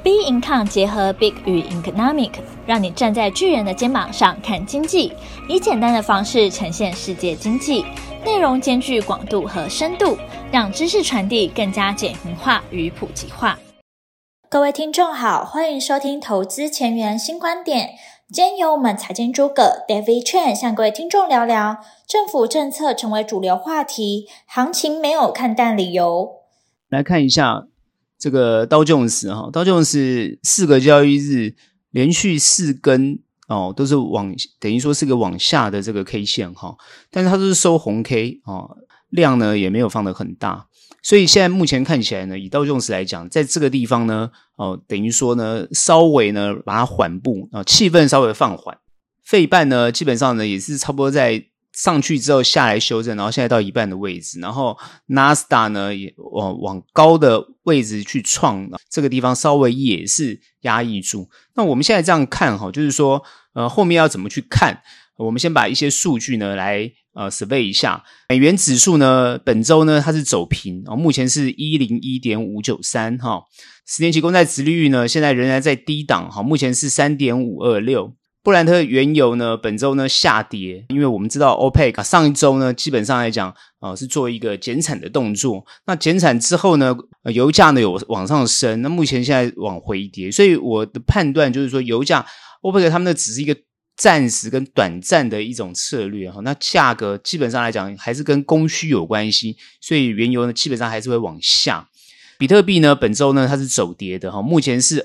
B Income 结合 Big 与 Economic， 让你站在巨人的肩膀上看经济，以简单的方式呈现世界经济，内容兼具广度和深度，让知识传递更加简明化与普及化。各位听众好，欢迎收听投资前沿新观点。今天由我们财经诸葛 David Chen 向各位听众聊聊政府政策成为主流话题，行情没有看淡理由。 来看一下这个道琼斯道琼斯4个交易日连续4根都是等于说是个往下的这个 K 线但是它都是收红 K 量呢也没有放得很大，所以现在目前看起来呢，以道琼斯来讲，在这个地方呢等于说呢稍微呢把它缓步气氛稍微放缓。费半呢基本上呢也是差不多在上去之后下来修正，然后现在到一半的位置，然后 NASDAQ 呢也往高的位置去创，这个地方稍微也是压抑住。那我们现在这样看就是说后面要怎么去看，我们先把一些数据呢来survey 一下。美元指数呢本周呢它是走平目前是 101.593 10年期公债殖利率呢现在仍然在低档目前是 3.526。布兰特原油呢本周呢下跌，因为我们知道 OPEC 上一周呢基本上来讲是做一个减产的动作，那减产之后呢油价呢有往上升，那目前现在往回跌，所以我的判断就是说油价 OPEC 他们呢只是一个暂时跟短暂的一种策略，那价格基本上来讲还是跟供需有关系，所以原油呢基本上还是会往下。比特币呢本周呢它是走跌的，目前是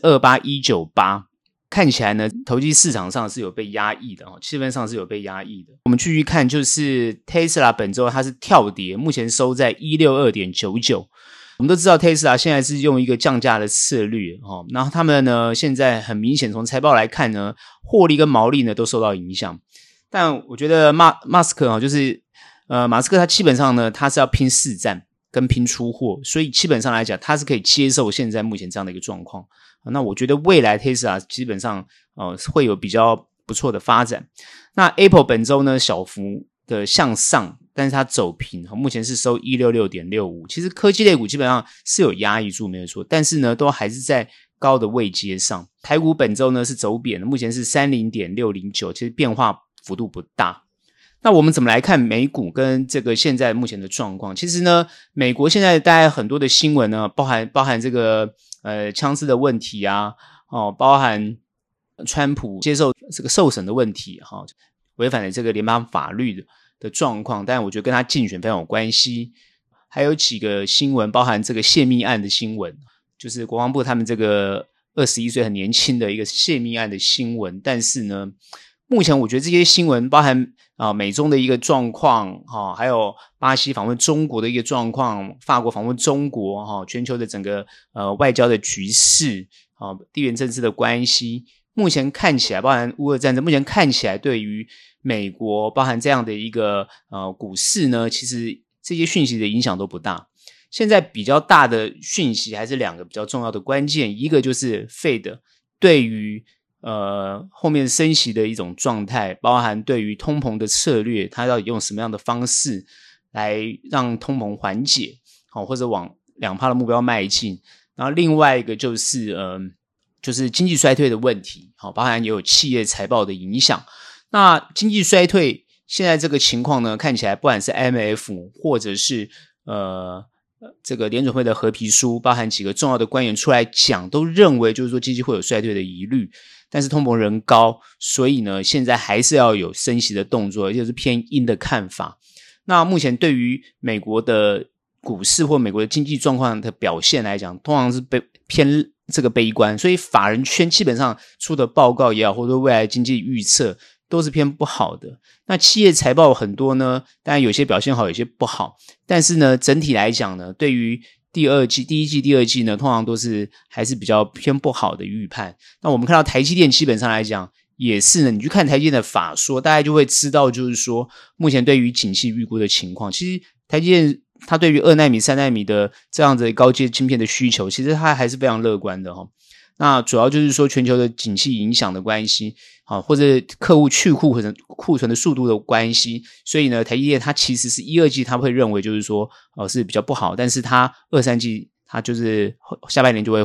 28198，看起来呢投机市场上是有被压抑的，气氛上是有被压抑的。我们继续看，就是 Tesla 本周它是跳跌，目前收在 162.99。 我们都知道 Tesla 现在是用一个降价的策略，然后他们呢现在很明显从财报来看呢获利跟毛利呢都受到影响。但我觉得马斯克就是马斯克他基本上呢他是要拼市占跟拼出货，所以基本上来讲他是可以接受现在目前这样的一个状况。那我觉得未来 Tesla 基本上会有比较不错的发展。那 Apple 本周呢小幅的向上，但是它走平，目前是收 166.65。 其实科技类股基本上是有压抑住没有错，但是呢都还是在高的位阶上。台股本周呢是走贬的，目前是 30.609， 其实变化幅度不大。那我们怎么来看美股跟这个现在目前的状况？其实呢美国现在大概很多的新闻呢包含这个枪支的问题包含川普接受这个受审的问题违反了这个联邦法律的状况，但我觉得跟他竞选非常有关系。还有几个新闻包含这个泄密案的新闻，就是国防部他们这个21岁很年轻的一个泄密案的新闻。但是呢目前我觉得这些新闻包含美中的一个状况还有巴西访问中国的一个状况，法国访问中国全球的整个外交的局势地缘政治的关系，目前看起来包含乌俄战争，目前看起来对于美国包含这样的一个股市呢，其实这些讯息的影响都不大。现在比较大的讯息还是2个比较重要的关键，一个就是 Fed 对于后面升息的一种状态，包含对于通膨的策略，它到底用什么样的方式来让通膨缓解或者往 2% 的目标迈进。然后另外一个就是经济衰退的问题，包含也有企业财报的影响。那经济衰退现在这个情况呢，看起来不管是 IMF 或者是这个联准会的合皮书，包含几个重要的官员出来讲，都认为就是说经济会有衰退的疑虑，但是通膨仍高，所以呢现在还是要有升息的动作，而且是偏鹰的看法。那目前对于美国的股市或美国的经济状况的表现来讲，通常是偏这个悲观，所以法人圈基本上出的报告也好，或者未来经济预测都是偏不好的。那企业财报很多呢，当然有些表现好，有些不好，但是呢整体来讲呢，对于第一季第二季呢通常都是还是比较偏不好的预判。那我们看到台积电基本上来讲也是呢，你去看台积电的法说，大家就会知道就是说目前对于景气预估的情况，其实台积电它对于2奈米3奈米的这样子高阶晶片的需求，其实它还是非常乐观的那主要就是说全球的景气影响的关系或者客户去库存的速度的关系，所以呢台积电它其实是1、2季它会认为就是说是比较不好，但是它2、3季它就是下半年就会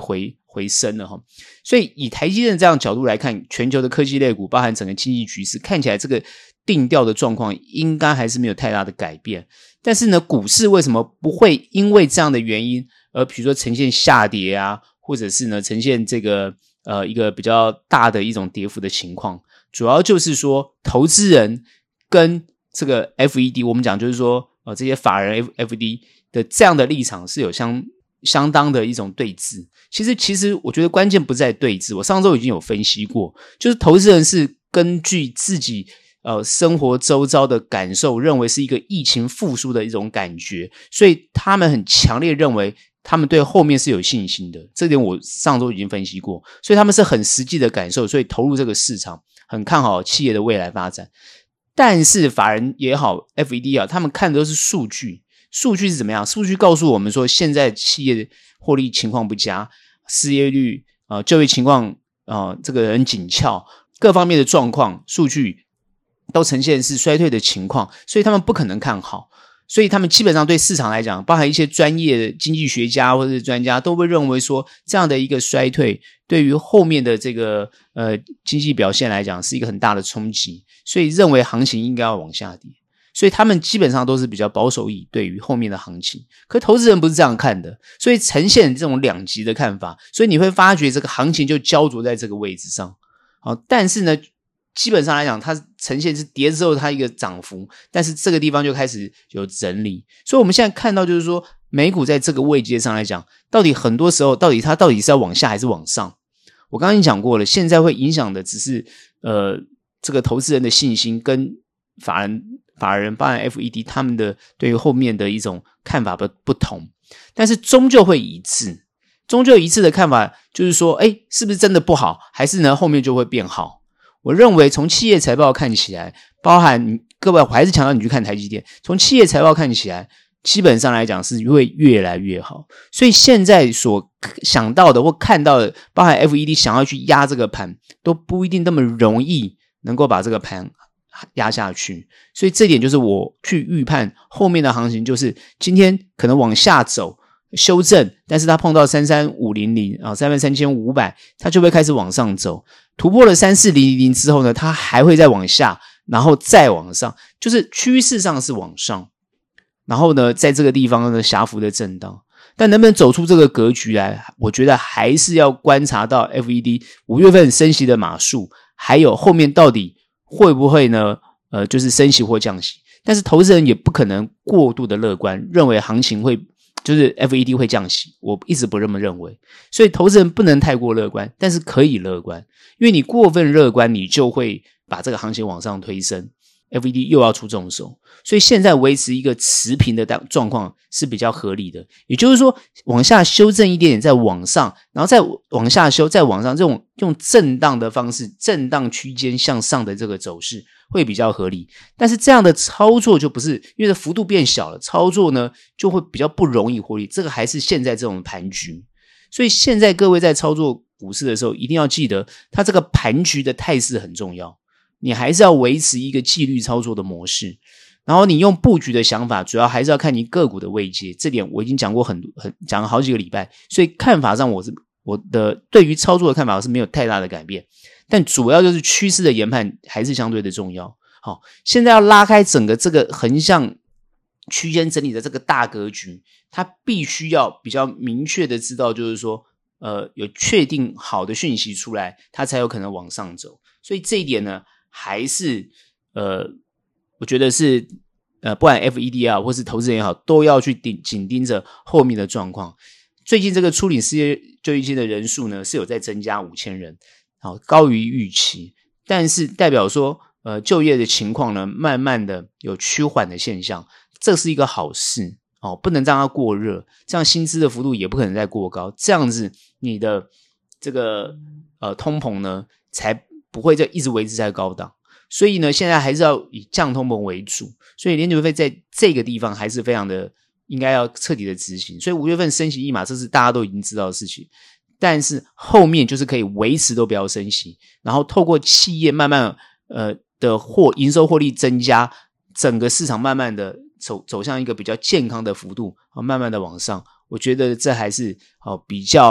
回升了齁。所以以台积电这样的角度来看，全球的科技类股包含整个经济局势，看起来这个定调的状况应该还是没有太大的改变。但是呢，股市为什么不会因为这样的原因而比如说呈现下跌啊，或者是呢呈现这个一个比较大的一种跌幅的情况？主要就是说投资人跟这个 FED， 我们讲就是说这些法人 FED 的这样的立场是有相当的一种对峙。其实我觉得关键不在对峙，我上周已经有分析过，就是投资人是根据自己生活周遭的感受，认为是一个疫情复苏的一种感觉，所以他们很强烈认为他们对后面是有信心的，这点我上周已经分析过，所以他们是很实际的感受，所以投入这个市场，很看好企业的未来发展。但是法人也好 FED 他们看的都是数据，数据是怎么样？数据告诉我们说现在企业获利情况不佳，失业率就业情况这个很紧俏，各方面的状况数据都呈现是衰退的情况，所以他们不可能看好。所以他们基本上对市场来讲，包含一些专业的经济学家或者是专家都会认为说，这样的一个衰退对于后面的这个经济表现来讲是一个很大的冲击，所以认为行情应该要往下跌。所以他们基本上都是比较保守意对于后面的行情，可投资人不是这样看的，所以呈现这种两极的看法，所以你会发觉这个行情就焦灼在这个位置上。但是呢基本上来讲，它呈现是跌之后它一个涨幅，但是这个地方就开始有整理。所以我们现在看到就是说，美股在这个位阶上来讲，到底很多时候它到底是要往下还是往上？我刚刚已经讲过了，现在会影响的只是这个投资人的信心跟法人包含 FED 他们的对于后面的一种看法不同，但是终究会一致。终究一致的看法就是说，是不是真的不好，还是呢后面就会变好？我认为从企业财报看起来，包含各位我还是强调你去看台积电，从企业财报看起来基本上来讲是会越来越好。所以现在所想到的或看到的，包含 FED 想要去压这个盘，都不一定那么容易能够把这个盘压下去。所以这点就是我去预判后面的行情，就是今天可能往下走修正，但是它碰到33500 33500，它就会开始往上走，突破了34000之后呢，它还会再往下，然后再往上，就是趋势上是往上，然后呢在这个地方呢狭幅的震荡。但能不能走出这个格局来，我觉得还是要观察到 FED 5月份升息的码数，还有后面到底会不会呢就是升息或降息。但是投资人也不可能过度的乐观，认为行情会就是 FED 会降息，我一直不这么认为。所以投资人不能太过乐观，但是可以乐观，因为你过分乐观，你就会把这个行情往上推升， FED 又要出重手。所以现在维持一个持平的状况是比较合理的，也就是说往下修正一点点再往上，然后再往下修再往上，这种用震荡的方式，震荡区间向上的这个走势会比较合理。但是这样的操作就不是，因为幅度变小了，操作呢就会比较不容易获利，这个还是现在这种盘局。所以现在各位在操作股市的时候，一定要记得它这个盘局的态势很重要，你还是要维持一个纪律操作的模式。然后你用布局的想法，主要还是要看你个股的位阶，这点我已经讲过讲了好几个礼拜，所以看法上我的对于操作的看法是没有太大的改变，但主要就是趋势的研判还是相对的重要。好，现在要拉开整个这个横向区间整理的这个大格局，它必须要比较明确的知道，就是说有确定好的讯息出来，它才有可能往上走。所以这一点呢，还是我觉得是不管 FED 或是投资人也好，都要去紧盯着后面的状况。最近这个初领失业救济金的人数呢是有在增加5000人，好，高于预期，但是代表说就业的情况呢慢慢的有趋缓的现象，这是一个好事不能让它过热，这样薪资的幅度也不可能再过高，这样子你的这个通膨呢才不会再一直维持在高档。所以呢现在还是要以降通膨为主，所以联储会在这个地方还是非常的应该要彻底的执行。所以5月份升息一码，这是大家都已经知道的事情，但是后面就是可以维持都不要升息，然后透过企业慢慢的营收获利增加，整个市场慢慢的走向一个比较健康的幅度，慢慢的往上。我觉得这还是比较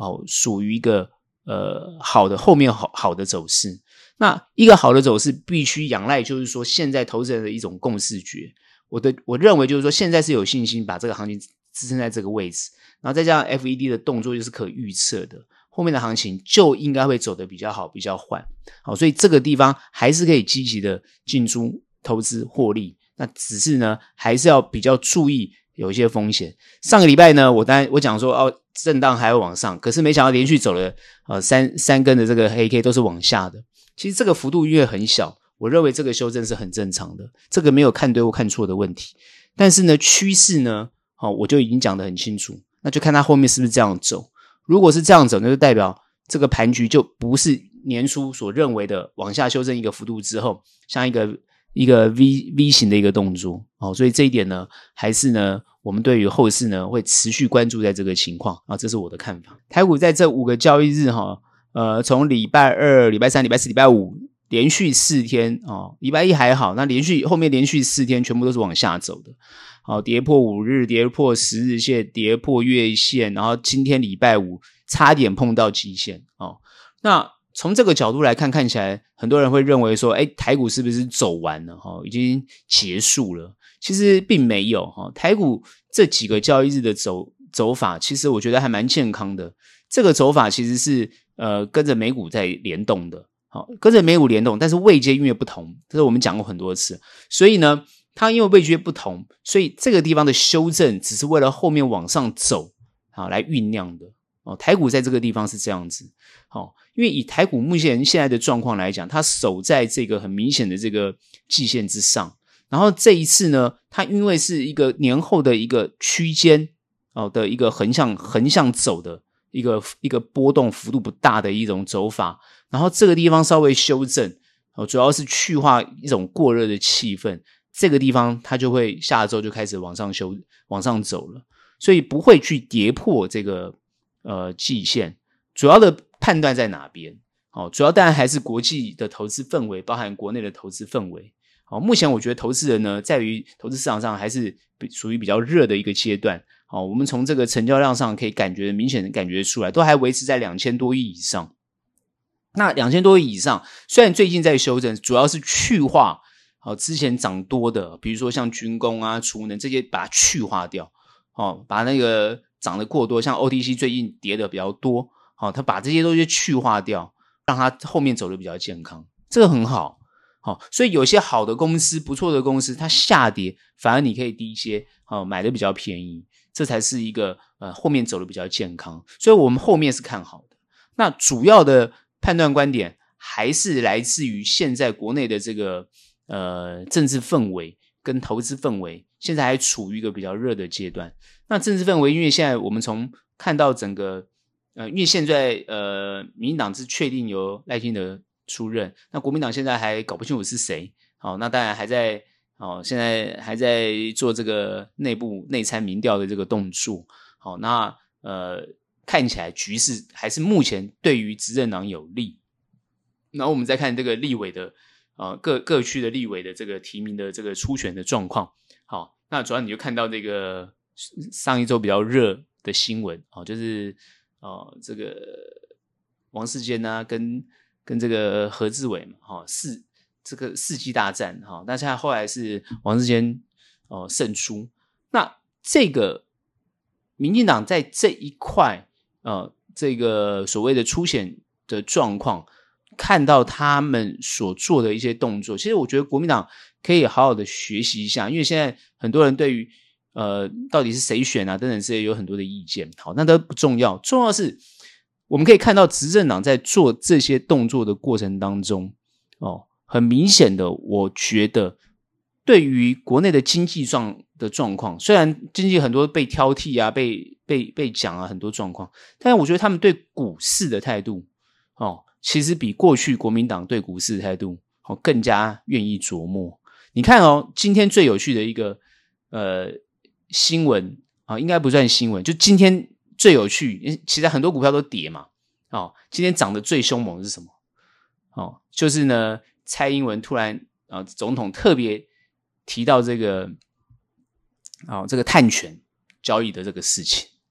属于一个好的后面好的走势。那一个好的走势必须仰赖就是说现在投资人的一种共识觉。我认为就是说现在是有信心把这个行情支撑在这个位置，然后再加上 FED 的动作就是可预测的，后面的行情就应该会走得比较好比较缓。好，所以这个地方还是可以积极的进出投资获利，那只是呢还是要比较注意有一些风险。上个礼拜呢我讲说震荡还会往上，可是没想到连续走了三根的这个黑 K 都是往下的。其实这个幅度因为很小，我认为这个修正是很正常的，这个没有看对或看错的问题。但是呢趋势呢我就已经讲得很清楚，那就看它后面是不是这样走。如果是这样走，那就代表这个盘局就不是年初所认为的往下修正一个幅度之后像一个 V 型的一个动作。所以这一点呢还是呢我们对于后市呢会持续关注在这个情况这是我的看法。台股在这5个交易日从礼拜二、礼拜三、礼拜四、礼拜五连续4天礼拜一还好，那后面连续4天全部都是往下走的。跌破5日，跌破10日线，跌破月线，然后今天礼拜五差点碰到极限那从这个角度来看，看起来很多人会认为说台股是不是走完了已经结束了。其实并没有台股这几个交易日的走法其实我觉得还蛮健康的。这个走法其实是跟着美股在联动的跟着美股联动，但是位阶因为不同，这是我们讲过很多次，所以呢它因为位阶不同，所以这个地方的修正只是为了后面往上走来酝酿的台股在这个地方是这样子因为以台股目前现在的状况来讲，它守在这个很明显的这个季线之上，然后这一次呢它因为是一个年后的一个区间的一个横向走的一个波动幅度不大的一种走法，然后这个地方稍微修正主要是去化一种过热的气氛，这个地方它就会下周就开始往上走了，所以不会去跌破这个季线。主要的判断在哪边主要当然还是国际的投资氛围，包含国内的投资氛围目前我觉得投资人呢在于投资市场上还是属于比较热的一个阶段我们从这个成交量上可以明显的感觉出来，都还维持在2000多亿以上。那2000多亿以上虽然最近在修正，主要是去化之前涨多的，比如说像军工储能这些把它去化掉把那个涨得过多，像 OTC 最近跌的比较多它把这些东西去化掉，让它后面走得比较健康，这个很好所以有些好的公司不错的公司它下跌反而你可以低接买的比较便宜，这才是一个后面走得比较健康，所以我们后面是看好的。那主要的判断观点还是来自于现在国内的这个政治氛围跟投资氛围现在还处于一个比较热的阶段。那政治氛围因为现在我们从看到整个因为现在民进党是确定由赖清德出任，那国民党现在还搞不清楚是谁那当然还在现在还在做这个内参民调的这个动作那看起来局势还是目前对于执政党有利。然后我们再看这个立委的各区的立委的这个提名的这个初选的状况那主要你就看到这个上一周比较热的新闻就是这个王世坚跟这个何志伟嘛这个世纪大战但是后来是王世坚胜出。那这个民进党在这一块这个所谓的初选的状况，看到他们所做的一些动作，其实我觉得国民党可以好好的学习一下，因为现在很多人对于到底是谁选等等是有很多的意见那都不重要，重要的是我们可以看到执政党在做这些动作的过程当中很明显的我觉得对于国内的经济的状况，虽然经济很多被挑剔被讲很多状况，但是我觉得他们对股市的态度其实比过去国民党对股市的态度更加愿意琢磨。你看今天最有趣的一个新闻应该不算新闻，就今天最有趣，其实很多股票都跌嘛今天涨得最凶猛的是什么就是呢蔡英文突然总统特别提到这个碳权交易的这个事情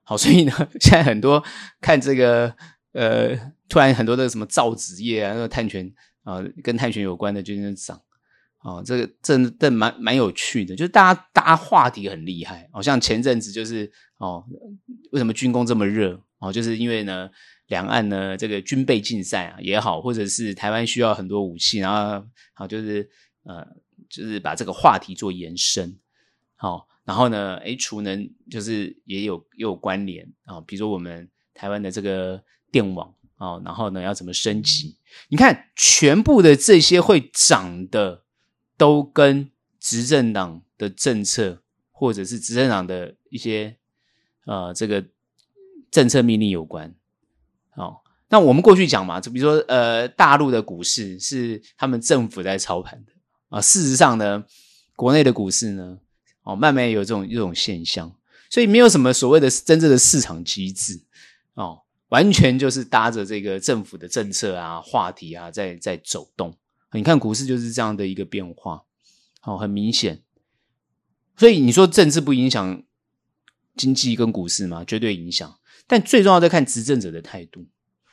好，所以呢，现在很多看这个突然很多的什么造纸业啊，那个碳权跟碳权有关的就在涨。这个真的蛮有趣的，就是大家话题很厉害。像前阵子就是为什么军工这么热？就是因为呢两岸呢这个军备竞赛也好，或者是台湾需要很多武器，然后就是把这个话题做延伸。然后呢储能就是也有关联比如说我们台湾的这个电网然后呢要怎么升级？你看全部的这些会涨的都跟执政党的政策或者是执政党的一些这个政策命令有关。那我们过去讲嘛，就比如说大陆的股市是他们政府在操盘的事实上呢国内的股市呢慢慢有这种现象，所以没有什么所谓的真正的市场机制完全就是搭着这个政府的政策话题在走动。你看股市就是这样的一个变化很明显。所以你说政治不影响经济跟股市吗？绝对影响，但最重要的看执政者的态度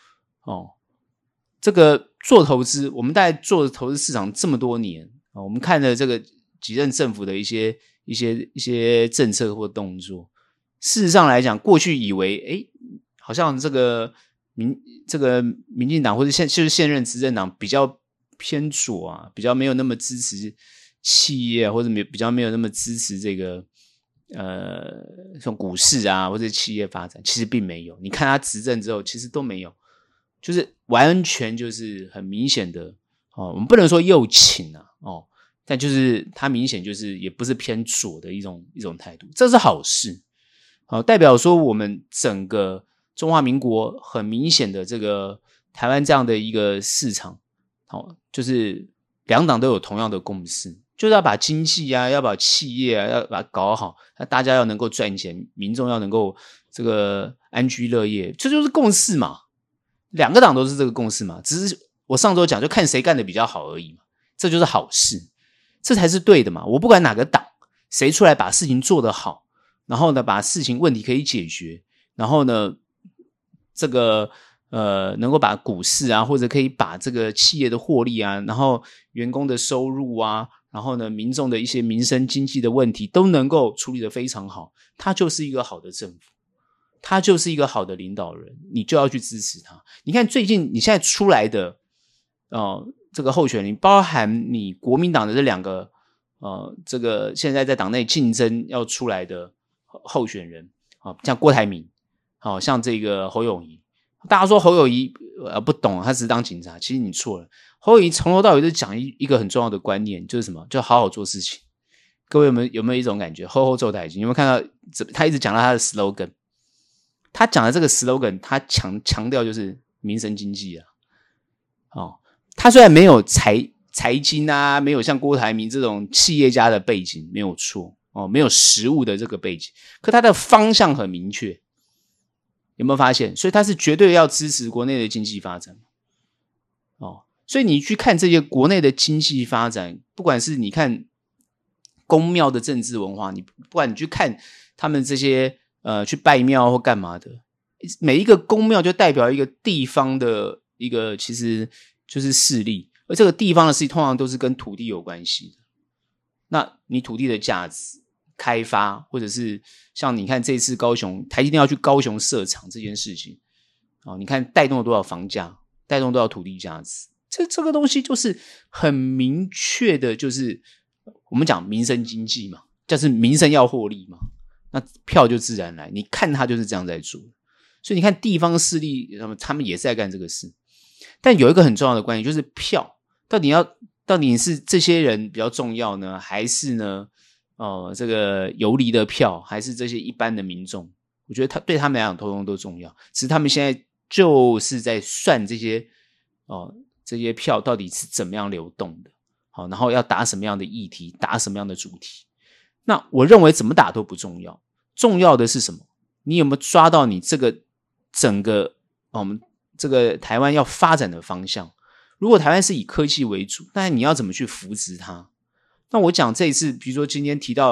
这个做投资，我们大概做投资市场这么多年我们看了这个几任政府的一些政策或动作，事实上来讲，过去以为好像这个民进党或者就是现任执政党比较偏左比较没有那么支持企业或者比较没有那么支持这个像股市或者企业发展，其实并没有。你看他执政之后其实都没有，就是完全就是很明显的我们不能说右倾但就是他明显就是也不是偏左的一种态度，这是好事代表说我们整个中华民国很明显的这个台湾这样的一个市场就是两党都有同样的共识，就是要把经济要把企业要把它搞好，大家要能够赚钱，民众要能够这个安居乐业，这就是共识嘛，两个党都是这个共识嘛，只是我上周讲就看谁干得比较好而已嘛，这就是好事，这才是对的嘛。我不管哪个党谁出来把事情做得好，然后呢把事情问题可以解决，然后呢这个能够把股市或者可以把这个企业的获利然后员工的收入然后呢民众的一些民生经济的问题都能够处理得非常好，他就是一个好的政府，他就是一个好的领导人，你就要去支持他。你看最近你现在出来的这个候选人，包含你国民党的这两个这个现在在党内竞争要出来的候选人像郭台铭像这个侯友宜，大家说侯友宜不懂他只是当警察，其实你错了。侯友宜从头到尾都讲一个很重要的观念，就是什么？就好好做事情。各位有没有一种感觉？厚厚做台有没有看到他一直讲到他的 slogan？ 他讲的这个 slogan， 他强调就是民生经济他虽然没有财经没有像郭台铭这种企业家的背景，没有错没有实务的这个背景，可他的方向很明确。有没有发现？所以他是绝对要支持国内的经济发展所以你去看这些国内的经济发展，不管是你看宫庙的政治文化，不管你去看他们这些去拜庙或干嘛的，每一个宫庙就代表一个地方的一个其实就是势力，而这个地方的势力通常都是跟土地有关系的。那你土地的价值开发，或者是像你看这次高雄台积电要去高雄设厂这件事情你看带动了多少房价，带动多少土地价值，这个东西就是很明确的，就是我们讲民生经济嘛，就是民生要获利嘛，那票就自然来，你看他就是这样在做。所以你看地方势力他们也是在干这个事，但有一个很重要的观念，就是票到底是这些人比较重要呢，还是呢这个游离的票，还是这些一般的民众？我觉得对他们来讲通通都重要，只是他们现在就是在算这些票到底是怎么样流动的然后要打什么样的议题，打什么样的主题。那我认为怎么打都不重要，重要的是什么？你有没有抓到你这个整个我们这个台湾要发展的方向？如果台湾是以科技为主，那你要怎么去扶植它？那我讲这一次比如说今天提到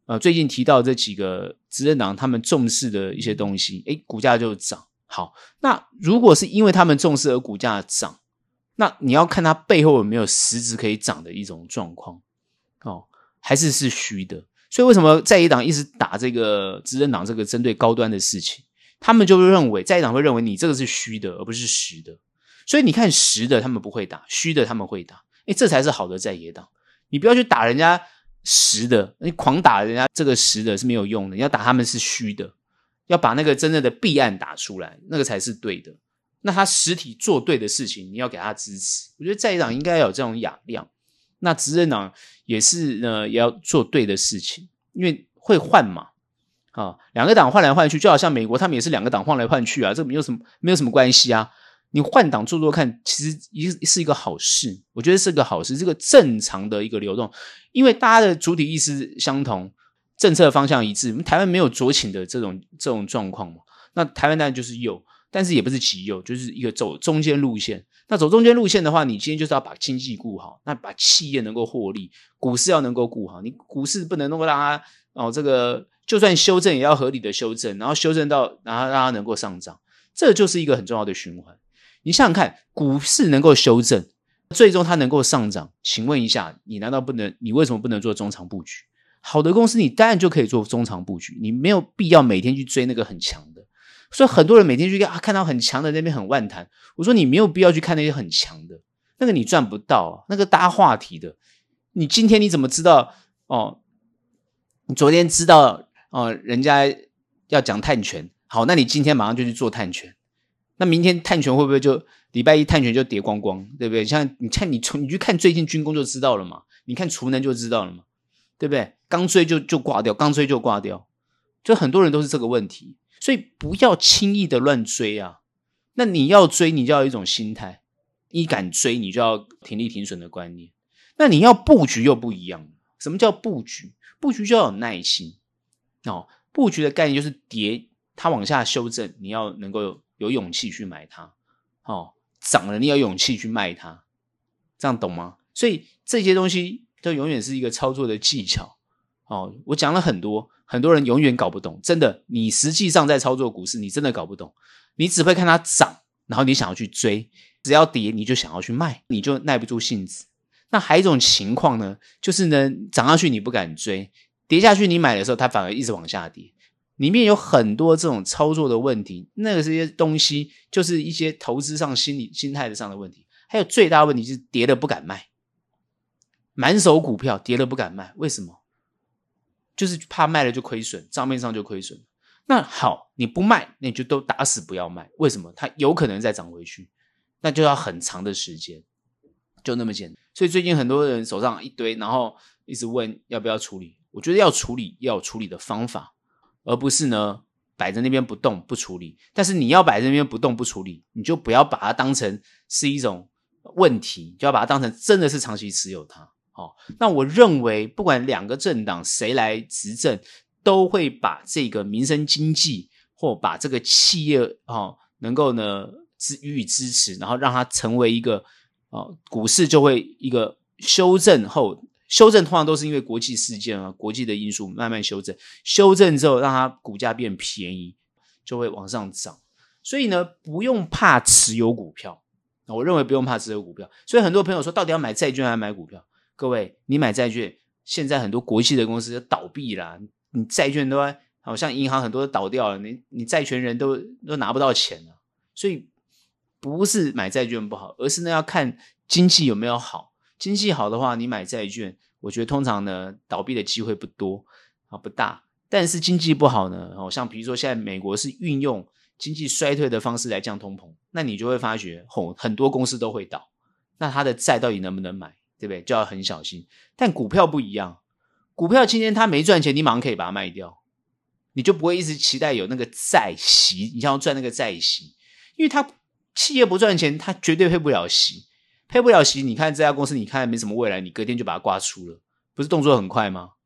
最近提到这几个执政党他们重视的一些东西，股价就涨。好，那如果是因为他们重视而股价涨，那你要看它背后有没有实质可以涨的一种状况还是虚的。所以为什么在野党一直打这个执政党这个针对高端的事情，他们就会认为在野党会认为你这个是虚的而不是实的。所以你看实的他们不会打，虚的他们会打，这才是好的在野党。你不要去打人家实的，你狂打人家这个实的是没有用的，你要打他们是虚的，要把那个真正的弊案打出来，那个才是对的。那他实体做对的事情，你要给他支持。我觉得在野党应该有这种雅量，那执政党也是也要做对的事情，因为会换嘛两个党换来换去，就好像美国他们也是两个党换来换去啊，这没有什么关系啊。你换党做看，其实是一个好事，我觉得是个好事，是个正常的一个流动，因为大家的主体意识相同，政策方向一致。台湾没有左倾的这种状况嘛，那台湾当然就是右，但是也不是极右，就是一个走中间路线。那走中间路线的话，你今天就是要把经济顾好，那把企业能够获利，股市要能够顾好，你股市不能够让它这个就算修正也要合理的修正，然后修正到然后让它能够上涨，这就是一个很重要的循环。你想想看，股市能够修正，最终它能够上涨，请问一下，你为什么不能做中长布局？好的公司你当然就可以做中长布局，你没有必要每天去追那个很强的。所以很多人每天去看到很强的那边很万谈，我说你没有必要去看那些很强的，那个你赚不到那个搭话题的。你今天你怎么知道你昨天知道人家要讲碳权，好，那你今天马上就去做碳权，那明天碳权会不会就礼拜一碳权就跌光光，对不对？像你去看最近军工就知道了嘛，你看储能就知道了嘛，对不对？刚追就挂掉，刚追就挂掉，就很多人都是这个问题。所以不要轻易的乱追啊！那你要追，你就要有一种心态，你敢追，你就要停利停损的观念。那你要布局又不一样。什么叫布局？布局就要有耐心布局的概念就是跌，它往下修正，你要能够有勇气去买它涨了你要有勇气去卖它，这样懂吗？所以这些东西都永远是一个操作的技巧我讲了很多人永远搞不懂，真的，你实际上在操作股市，你真的搞不懂，你只会看它涨，然后你想要去追，只要跌你就想要去卖，你就耐不住性子。那还有一种情况呢，就是呢涨上去你不敢追，跌下去你买的时候它反而一直往下跌，里面有很多这种操作的问题，那个这些东西就是一些投资上心态上的问题。还有最大的问题是跌了不敢卖，满手股票跌了不敢卖，为什么？就是怕卖了就亏损，账面上就亏损。那好，你不卖，那你就都打死不要卖。为什么？它有可能再涨回去，那就要很长的时间，就那么简单。所以最近很多人手上一堆，然后一直问要不要处理。我觉得要处理，要有处理的方法，而不是呢摆在那边不动不处理。但是你要摆在那边不动不处理，你就不要把它当成是一种问题，就要把它当成真的是长期持有它。那我认为不管两个政党谁来执政，都会把这个民生经济或把这个企业能够呢予以支持，然后让它成为一个股市就会一个修正后，修正通常都是因为国际事件国际的因素慢慢修正，修正之后让它股价变便宜，就会往上涨。所以呢不用怕持有股票，我认为不用怕持有股票。所以很多朋友说到底要买债券还是买股票？各位，你买债券，现在很多国际的公司倒闭啦，你债券都好像银行很多都倒掉了，你债权人都拿不到钱了。所以不是买债券不好，而是呢要看经济有没有好。经济好的话，你买债券，我觉得通常呢倒闭的机会不多不大。但是经济不好呢像比如说现在美国是运用经济衰退的方式来降通膨，那你就会发觉很多公司都会倒，那它的债到底能不能买，对不对？就要很小心。但股票不一样，股票今天它没赚钱，你马上可以把它卖掉，你就不会一直期待有那个债息，你想要赚那个债息，因为它企业不赚钱，它绝对配不了息，配不了息，你看这家公司你看没什么未来，你隔天就把它挂出了，不是动作很快吗？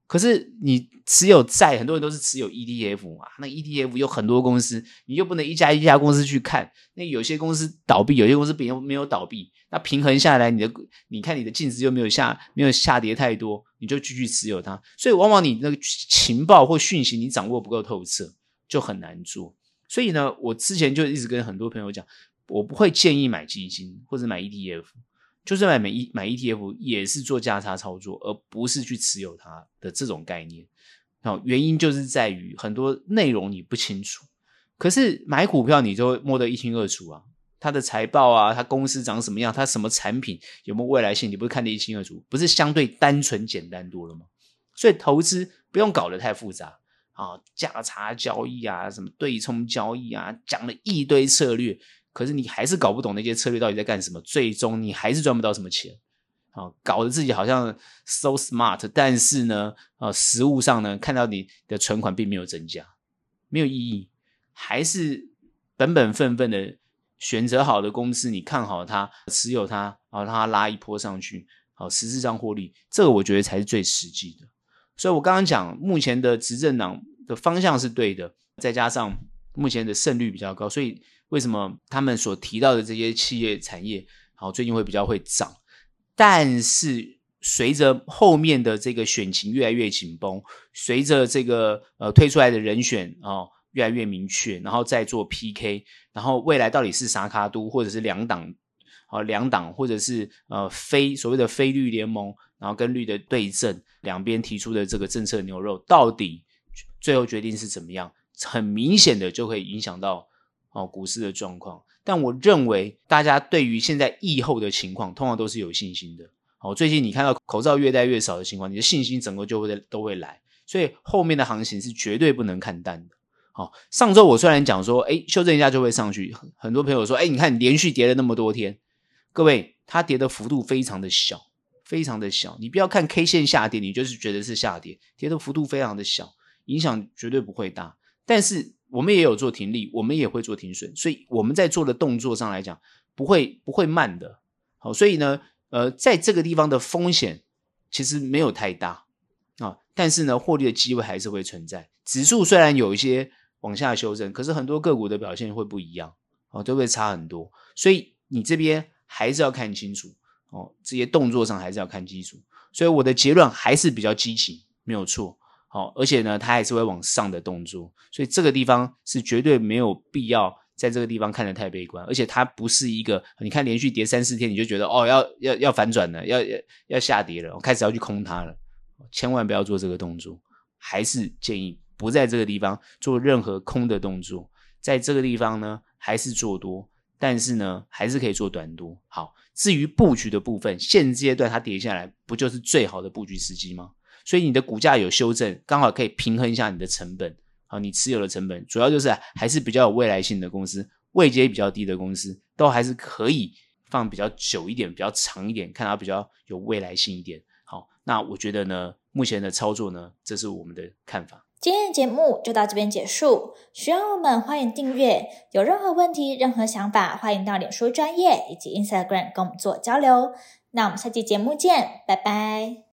可是你持有债，很多人都是持有 ETF 嘛，那 ETF 有很多公司，你又不能一家一家公司去看，那有些公司倒闭，有些公司没有倒闭，那平衡下来，你看你的净值又没有下跌太多，你就继续持有它，所以往往你那个情报或讯息你掌握不够透彻，就很难做。所以呢，我之前就一直跟很多朋友讲，我不会建议买基金或者买 ETF， 就是买 ETF 也是做价差操作，而不是去持有它的这种概念。原因就是在于很多内容你不清楚，可是买股票你就摸得一清二楚啊，它的财报啊，它公司长什么样，它什么产品有没有未来性，你不是看得一清二楚，不是相对单纯简单多了吗？所以投资不用搞得太复杂价差交易啊，什么对冲交易啊，讲了一堆策略，可是你还是搞不懂那些策略到底在干什么，最终你还是赚不到什么钱搞得自己好像 so smart， 但是呢实务上呢，看到你的存款并没有增加，没有意义，还是本本分分的选择好的公司，你看好它，持有它让它拉一波上去实质上获利，这个我觉得才是最实际的。所以我刚刚讲目前的执政党的方向是对的，再加上目前的胜率比较高，所以为什么他们所提到的这些企业产业最近会比较会涨。但是随着后面的这个选情越来越紧绷，随着这个推出来的人选越来越明确，然后再做 PK， 然后未来到底是沙卡都或者是两党或者是所谓的非绿联盟，然后跟绿的对阵，两边提出的这个政策牛肉到底最后决定是怎么样，很明显的就会影响到股市的状况。但我认为大家对于现在疫后的情况通常都是有信心的最近你看到口罩越戴越少的情况，你的信心整个都会来，所以后面的行情是绝对不能看淡的上周我虽然讲说修正一下就会上去，很多朋友说你看你连续跌了那么多天，各位它跌的幅度非常的小，非常的小，你不要看 K 线下跌你就是觉得是下跌，跌的幅度非常的小，影响绝对不会大。但是我们也有做停利，我们也会做停损，所以我们在做的动作上来讲不会慢的所以呢在这个地方的风险其实没有太大但是呢获利的机会还是会存在。指数虽然有一些往下修正，可是很多个股的表现会不一样都会差很多，所以你这边还是要看清楚这些动作上还是要看清楚。所以我的结论还是比较激情，没有错而且呢它还是会往上的动作，所以这个地方是绝对没有必要在这个地方看得太悲观，而且它不是一个你看连续跌3-4天你就觉得要反转了，要下跌了，开始要去空它了，千万不要做这个动作，还是建议不在这个地方做任何空的动作，在这个地方呢还是做多，但是呢还是可以做短多。好，至于布局的部分，现阶段它跌下来不就是最好的布局时机吗？所以你的股价有修正，刚好可以平衡一下你的成本你持有的成本，主要就是还是比较有未来性的公司，位阶比较低的公司都还是可以放比较久一点，比较长一点，看它比较有未来性一点。好，那我觉得呢目前的操作呢，这是我们的看法。 今天的节目就到这边结束，喜欢我们欢迎订阅，有任何问题任何想法欢迎到脸书专页以及 Instagram 跟我们做交流。那我们下期节目见，拜拜。